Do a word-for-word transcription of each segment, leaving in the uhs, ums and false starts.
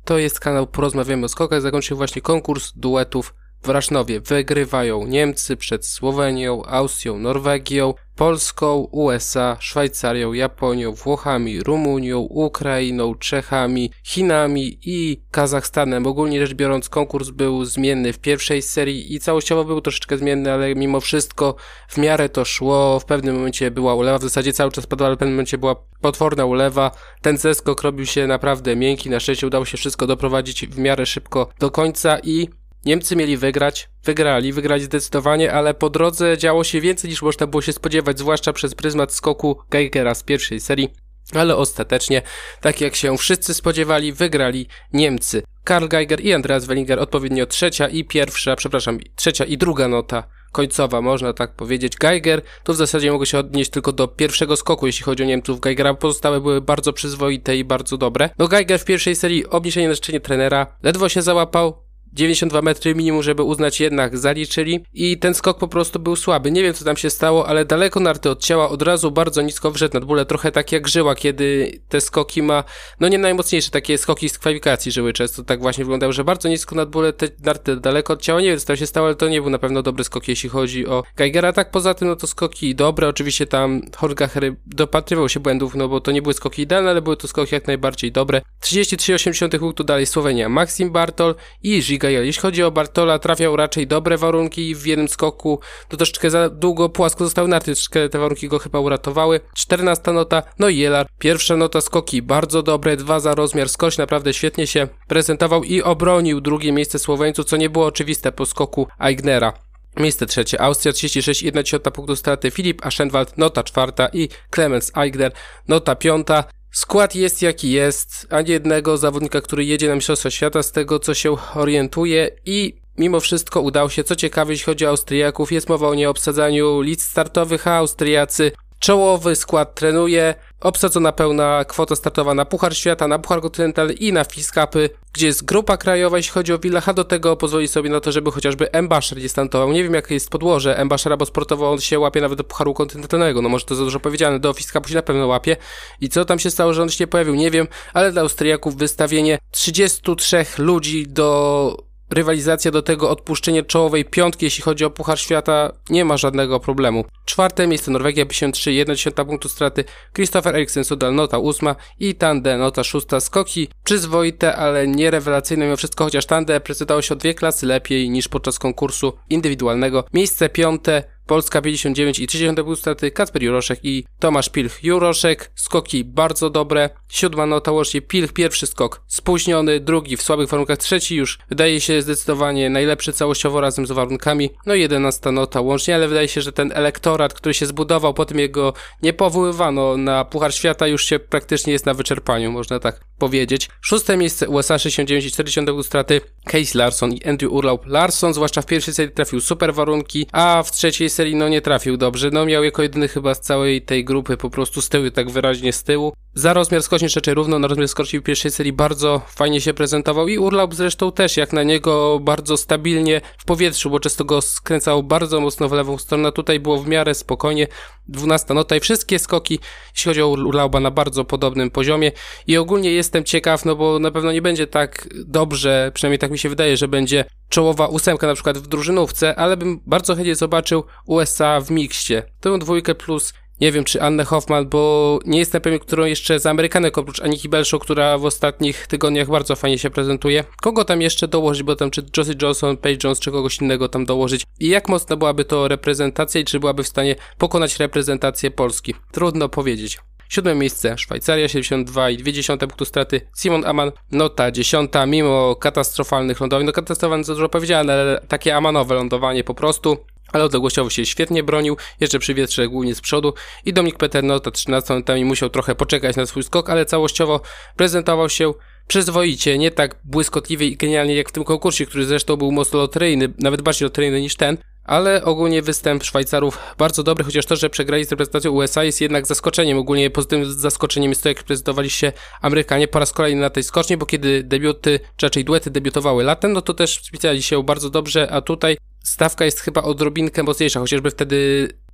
To jest kanał Porozmawiamy o skokach. Zakończył właśnie konkurs duetów w Rasznowie. Wygrywają Niemcy przed Słowenią, Austrią, Norwegią, Polską, U S A, Szwajcarią, Japonią, Włochami, Rumunią, Ukrainą, Czechami, Chinami i Kazachstanem. Ogólnie rzecz biorąc konkurs był zmienny w pierwszej serii i całościowo był troszeczkę zmienny, ale mimo wszystko w miarę to szło. W pewnym momencie była ulewa, w zasadzie cały czas padła, ale w pewnym momencie była potworna ulewa. Ten zeskok robił się naprawdę miękki, na szczęście udało się wszystko doprowadzić w miarę szybko do końca i Niemcy mieli wygrać, wygrali, wygrali zdecydowanie, ale po drodze działo się więcej niż można było się spodziewać, zwłaszcza przez pryzmat skoku Geigera z pierwszej serii, ale ostatecznie, tak jak się wszyscy spodziewali, wygrali Niemcy. Karl Geiger i Andreas Wellinger odpowiednio trzecia i pierwsza, przepraszam, trzecia i druga nota końcowa, można tak powiedzieć. Geiger to w zasadzie mogło się odnieść tylko do pierwszego skoku, jeśli chodzi o Niemców Geigera, pozostałe były bardzo przyzwoite i bardzo dobre. No Geiger w pierwszej serii obniżenie na życzenie trenera, ledwo się załapał, dziewięćdziesiąt dwa metry minimum, żeby uznać, jednak zaliczyli i ten skok po prostu był słaby. Nie wiem co tam się stało, ale daleko narty od ciała, od razu bardzo nisko wszedł nad bólę, trochę tak jak Żyła, kiedy te skoki ma, no nie najmocniejsze, takie skoki z kwalifikacji Żyły często tak właśnie wyglądały, że bardzo nisko nad bólę, te narty daleko od ciała, nie wiem co tam się stało, ale to nie był na pewno dobry skok, jeśli chodzi o Geigera. Tak poza tym, no to skoki dobre, oczywiście tam Horgacher dopatrywał się błędów, no bo to nie były skoki idealne, ale były to skoki jak najbardziej dobre. trzydzieści trzy przecinek osiem punktu dalej Słowenia, Maxim Bartol i Giga. Jeśli chodzi o Bartola, trafiał raczej dobre warunki w jednym skoku, to troszeczkę za długo płasko zostały narty, troszeczkę te warunki go chyba uratowały. czternasta nota, no i Jelar, pierwsza nota, skoki bardzo dobre, dwa za rozmiar, skoś naprawdę świetnie się prezentował i obronił drugie miejsce Słoweńców, co nie było oczywiste po skoku Aignera. Miejsce trzecie Austria, trzydzieści sześć przecinek jeden punktu straty, Filip Aschenwald, nota czwarta i Clemens Aigner, nota piąta. Skład jest jaki jest, ani jednego zawodnika, który jedzie na Mistrzostwa Świata, z tego co się orientuje i mimo wszystko udało się. Co ciekawe, jeśli chodzi o Austriaków, jest mowa o nieobsadzaniu list startowych, a Austriacy czołowy skład trenuje, obsadzona pełna kwota startowa na Puchar Świata, na Puchar Kontynentalny i na Fis Cupy, gdzie jest grupa krajowa, jeśli chodzi o Villach, a do tego pozwoli sobie na to, żeby chociażby Embasher nie startował. Nie wiem jakie jest podłoże Embashera, bo sportowo on się łapie nawet do Pucharu Kontynentalnego, no może to za dużo powiedziane, do Fis Cupu się na pewno łapie. I co tam się stało, że on się nie pojawił, nie wiem, ale dla Austriaków wystawienie trzydziestu trzech ludzi do rywalizacja, do tego odpuszczenie czołowej piątki, jeśli chodzi o Puchar Świata, nie ma żadnego problemu. Czwarte miejsce Norwegia, pięćdziesiąt trzy przecinek jeden punktu straty, Christopher Eriksen Sudal, nota ósma i Tande, nota szósta. Skoki przyzwoite, ale nie rewelacyjne mimo wszystko, chociaż Tande prezentowało się o dwie klasy lepiej niż podczas konkursu indywidualnego. Miejsce piąte Polska pięćdziesiąt dziewięć przecinek trzy punktu straty, Kacper Juroszek i Tomasz Pilch. Juroszek, skoki bardzo dobre, siódma nota łącznie, Pilch pierwszy skok spóźniony, drugi w słabych warunkach, trzeci już wydaje się zdecydowanie najlepszy całościowo razem z warunkami, no i jedenasta nota łącznie, ale wydaje się, że ten elektorat, który się zbudował, po tym jego nie powoływano na Puchar Świata, już się praktycznie jest na wyczerpaniu, można tak powiedzieć. Szóste miejsce U S A sześćdziesiąt dziewięć przecinek cztery punktu straty, Case Larson i Andrew Urlaub. Larson zwłaszcza w pierwszej serii trafił super warunki, a w trzeciej serii no nie trafił dobrze, no miał jako jedyny chyba z całej tej grupy po prostu z tyłu, tak wyraźnie z tyłu. Za rozmiar skoczni raczej równo, na rozmiar skoczni w pierwszej serii bardzo fajnie się prezentował i Urlaub zresztą też, jak na niego bardzo stabilnie w powietrzu, bo często go skręcał bardzo mocno w lewą stronę, a tutaj było w miarę spokojnie, dwunasta nota i wszystkie skoki, jeśli chodzi o Urlauba, na bardzo podobnym poziomie i ogólnie jestem ciekaw, no bo na pewno nie będzie tak dobrze, przynajmniej tak mi się wydaje, że będzie czołowa ósemka na przykład w drużynówce, ale bym bardzo chętnie zobaczył U S A w mikście. Tę dwójkę plus nie wiem, czy Anne Hoffman, bo nie jestem pewien, którą jeszcze z Amerykanek oprócz Aniki Belshaw, która w ostatnich tygodniach bardzo fajnie się prezentuje. Kogo tam jeszcze dołożyć, bo tam czy Josie Johnson, Paige Jones, czy kogoś innego tam dołożyć i jak mocna byłaby to reprezentacja i czy byłaby w stanie pokonać reprezentację Polski? Trudno powiedzieć. Siódme miejsce Szwajcaria, siedemdziesiąt dwa przecinek dwa punktu straty, Simon Amann, nota dziesiąta, mimo katastrofalnych lądowań, no katastrofalne za dużo powiedziane, ale takie amanowe lądowanie po prostu, ale odległościowo się świetnie bronił, jeszcze przy wietrze głównie z przodu i Dominik Peter, nota trzynaста, notami musiał trochę poczekać na swój skok, ale całościowo prezentował się przyzwoicie, nie tak błyskotliwie i genialnie jak w tym konkursie, który zresztą był mocno loteryjny, nawet bardziej loteryjny niż ten, ale ogólnie występ Szwajcarów bardzo dobry, chociaż to, że przegrali z reprezentacją U S A jest jednak zaskoczeniem. Ogólnie pozytywnym zaskoczeniem jest to, jak prezentowali się Amerykanie po raz kolejny na tej skoczni, bo kiedy debiuty, czy raczej duety debiutowały latem, no to też spisali się bardzo dobrze, a tutaj stawka jest chyba odrobinkę mocniejsza, chociażby wtedy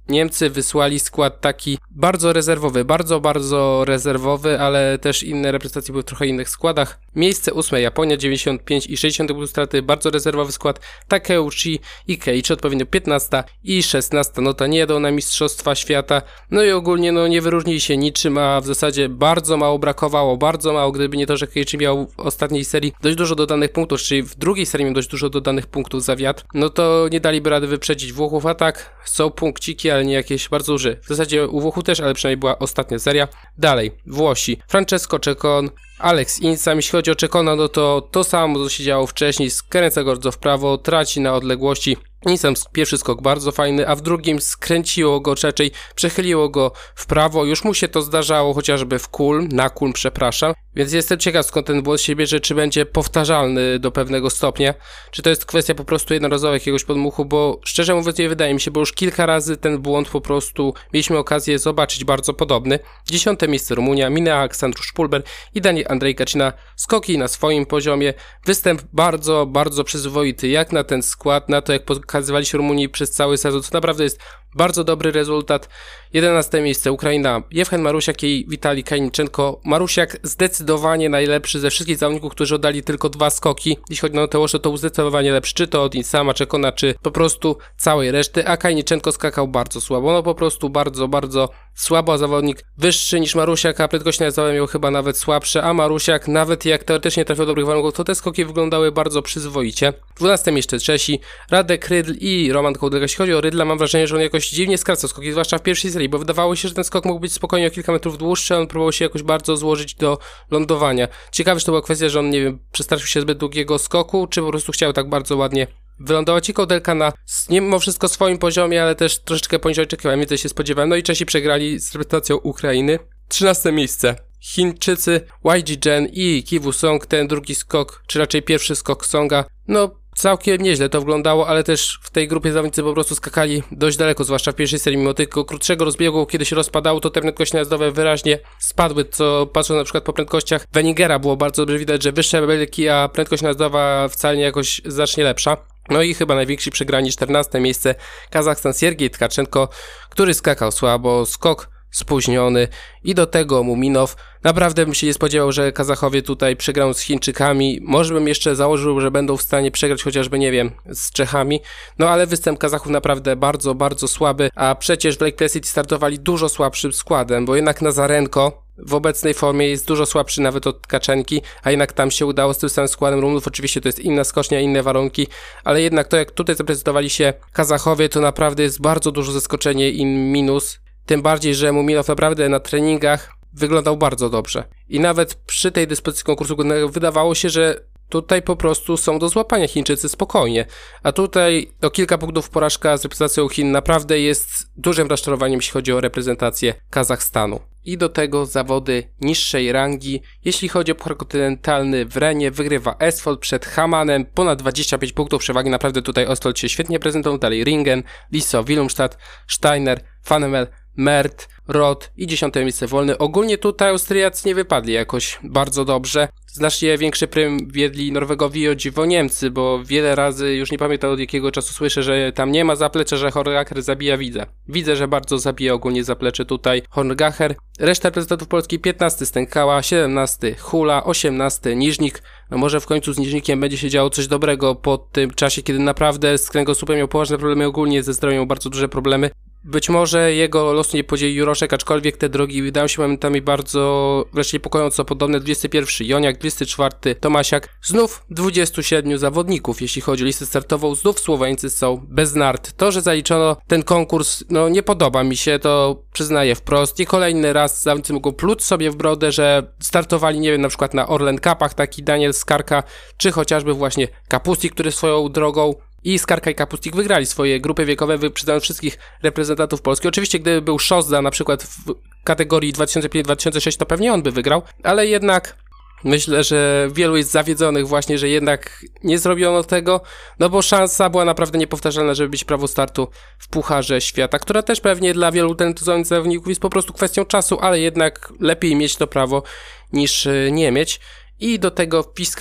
Niemcy wysłali skład taki bardzo rezerwowy, bardzo, bardzo rezerwowy, ale też inne reprezentacje były w trochę innych składach. Miejsce ósme Japonia, dziewięćdziesiąt pięć i sześćdziesiąt punktów straty, bardzo rezerwowy skład. Takeuchi i Keiichi odpowiednio piętnasta i szesnasta nota, nie jadą na Mistrzostwa Świata. No i ogólnie no nie wyróżnili się niczym, a w zasadzie bardzo mało brakowało, bardzo mało, gdyby nie to, że Keiichi miał w ostatniej serii dość dużo dodanych punktów, czyli w drugiej serii miał dość dużo dodanych punktów za wiatr, no to nie daliby rady wyprzedzić Włochów, a tak są punkciki, ale nie jakieś bardzo duże. W zasadzie u Włochów też, ale przynajmniej była ostatnia seria. Dalej, Włosi. Francesco Ceccon, Alex Insa. Jeśli chodzi o Ceccona, no to to samo, co się działo wcześniej. Skręca bardzo w prawo, traci na odległości. Insam pierwszy skok bardzo fajny, a w drugim skręciło go raczej, przechyliło go w prawo. Już mu się to zdarzało chociażby w Kulm, na Kulm, przepraszam. Więc jestem ciekaw, skąd ten błąd się bierze, czy będzie powtarzalny do pewnego stopnia, czy to jest kwestia po prostu jednorazowa jakiegoś podmuchu, bo szczerze mówiąc nie wydaje mi się, bo już kilka razy ten błąd po prostu mieliśmy okazję zobaczyć bardzo podobny. Dziesiąte miejsce Rumunia, Minea Aleksandru Szpulber i Daniel Andrzej Kacina. Skoki na swoim poziomie, występ bardzo, bardzo przyzwoity, jak na ten skład, na to jak pokazywali się Rumunii przez cały sezon, to naprawdę jest bardzo dobry rezultat. jedenaste miejsce Ukraina, Jewchen Marusiak i Witalij Kaliniczenko. Marusiak zdecydowanie najlepszy ze wszystkich zawodników, którzy oddali tylko dwa skoki. Jeśli chodzi o Tełosze, to był zdecydowanie lepszy, czy to od Insama, Ceccona, czy po prostu całej reszty, a Kaliniczenko skakał bardzo słabo, no po prostu bardzo, bardzo słabo, a zawodnik wyższy niż Marusiak, a prędkość najazdowa miał chyba nawet słabsze, a Marusiak nawet jak teoretycznie trafił do dobrych warunków, to te skoki wyglądały bardzo przyzwoicie. dwunastym jeszcze Czesi, Radek Rydl i Roman Kołdrga. Jeśli chodzi o Rydla, mam wrażenie, że on jakoś dziwnie skracał skoki, zwłaszcza w pierwszej serii, bo wydawało się, że ten skok mógł być spokojnie o kilka metrów dłuższy, a on próbował się jakoś bardzo złożyć do lądowania. Ciekawe, czy to była kwestia, że on, nie wiem, przestraszył się zbyt długiego skoku, czy po prostu chciał tak bardzo ładnie wylądować. I Kołdelka na mimo wszystko swoim poziomie, ale też troszeczkę poniżej oczekiwałem, więcej się spodziewałem. No i Czesi przegrali z reprezentacją Ukrainy. trzynaste miejsce Chińczycy, Y G Jen i Kiwoo Song. Ten drugi skok, czy raczej pierwszy skok Songa, no całkiem nieźle to wyglądało, ale też w tej grupie zawodnicy po prostu skakali dość daleko, zwłaszcza w pierwszej serii, mimo tego krótszego rozbiegu, kiedy się rozpadało, to te prędkości najazdowe wyraźnie spadły, co patrząc na przykład po prędkościach Wenigera było bardzo dobrze widać, że wyższe belki, a prędkość najazdowa wcale nie jakoś znacznie lepsza. No i chyba najwięksi przegrani, czternaste miejsce Kazachstan, Siergiej Tkaczenko, który skakał słabo, skok spóźniony i do tego Muminow. Naprawdę bym się nie spodziewał, że Kazachowie tutaj przegrają z Chińczykami. Może bym jeszcze założył, że będą w stanie przegrać chociażby, nie wiem, z Czechami. No ale występ Kazachów naprawdę bardzo, bardzo słaby, a przecież w Lake Placid startowali dużo słabszym składem, bo jednak Nazarenko w obecnej formie jest dużo słabszy nawet od Tkaczenki, a jednak tam się udało z tym samym składem Rumunów. Oczywiście to jest inna skocznia, inne warunki, ale jednak to, jak tutaj zaprezentowali się Kazachowie, to naprawdę jest bardzo dużo zaskoczenie i minus. Tym bardziej, że Muminow naprawdę na treningach wyglądał bardzo dobrze. I nawet przy tej dyspozycji konkursu głównego wydawało się, że tutaj po prostu są do złapania Chińczycy spokojnie. A tutaj o kilka punktów porażka z reprezentacją Chin naprawdę jest dużym rozczarowaniem, jeśli chodzi o reprezentację Kazachstanu. I do tego zawody niższej rangi. Jeśli chodzi o puchar kontynentalny w Renie, wygrywa Estfold przed Hamanem, ponad dwadzieścia pięć punktów przewagi, naprawdę tutaj Ostfold się świetnie prezentują. Dalej Ringen, Liso, Willemstad, Steiner, Vanemel, Mert, Roth i dziesiąte miejsce wolny. Ogólnie tutaj Austriacy nie wypadli jakoś bardzo dobrze. Znacznie większy prym wiedli Norwegowi, o dziwo Niemcy, bo wiele razy, już nie pamiętam od jakiego czasu słyszę, że tam nie ma zaplecza, że Horngacher zabija Widzę. Widzę, że bardzo zabija ogólnie zaplecze tutaj Horngacher. Reszta reprezentantów Polski: piętnasty Stękała, siedemnasty Hula, osiemnasty Niżnik. No może w końcu z Niżnikiem będzie się działo coś dobrego po tym czasie, kiedy naprawdę z kręgosłupem miał poważne problemy, ogólnie ze zdrowiem miał bardzo duże problemy. Być może jego losu nie podzieli Juroszek, aczkolwiek te drogi wydają się momentami bardzo wreszcie niepokojąco podobne. dwudziesty pierwszy Joniak, dwudziesty czwarty Tomasiak. Znów dwudziestu siedmiu zawodników, jeśli chodzi o listę startową. Znów Słoweńcy są bez nart. To, że zaliczono ten konkurs, no nie podoba mi się, to przyznaję wprost. I kolejny raz zawodnicy mogą pluć sobie w brodę, że startowali, nie wiem, na przykład na Orlen Cupach, taki Daniel Skarka, czy chociażby właśnie Kapustik, który swoją drogą i Skarka i Kapustik wygrali swoje grupy wiekowe, wyprzedzając wszystkich reprezentantów Polski. Oczywiście gdyby był Szozda na przykład w kategorii dwa tysiące pięć dwa tysiące sześć, to pewnie on by wygrał, ale jednak myślę, że wielu jest zawiedzonych właśnie, że jednak nie zrobiono tego, no bo szansa była naprawdę niepowtarzalna, żeby być prawo startu w Pucharze Świata, która też pewnie dla wielu talentowanych zawodników jest po prostu kwestią czasu, ale jednak lepiej mieć to prawo niż nie mieć. I do tego Piskapy.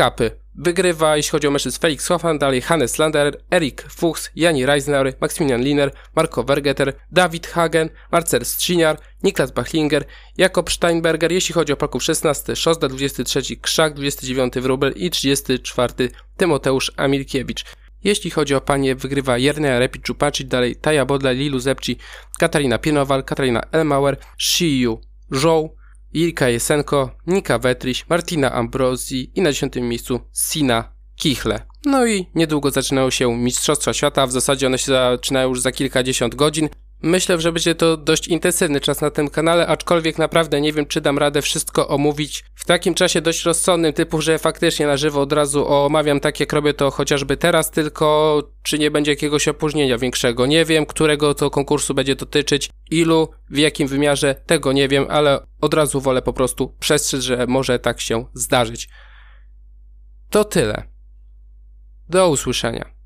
Wygrywa, jeśli chodzi o mężczyzn, Felix Hoffman, dalej Hannes Landerer, Erik Fuchs, Jani Reisner, Maximilian Liner, Marco Vergeter, David Hagen, Marcel Strzyniar, Niklas Bachlinger, Jakob Steinberger, jeśli chodzi o Polaków szesnasty Szosda, dwudziesty trzeci Krzak, dwudziesty dziewiąty Wróbel i trzydziesty czwarty Tymoteusz Amilkiewicz. Jeśli chodzi o panie, wygrywa Jerneja Repic-Czupacic, dalej Taja Bodle, Lilu Zepci, Katarina Pienowal, Katarina Elmauer, Shiyu Zhou, Ilka Jesenko, Nika Wetriś, Martina Ambrosi i na dziesiątym miejscu Sina Kichle. No i niedługo zaczynają się Mistrzostwa Świata, w zasadzie one się zaczynają już za kilkadziesiąt godzin. Myślę, że będzie to dość intensywny czas na tym kanale, aczkolwiek naprawdę nie wiem, czy dam radę wszystko omówić w takim czasie dość rozsądnym, typu, że faktycznie na żywo od razu omawiam tak, jak robię to chociażby teraz, tylko czy nie będzie jakiegoś opóźnienia większego. Nie wiem, którego to konkursu będzie dotyczyć, ilu, w jakim wymiarze, tego nie wiem, ale od razu wolę po prostu przestrzec, że może tak się zdarzyć. To tyle. Do usłyszenia.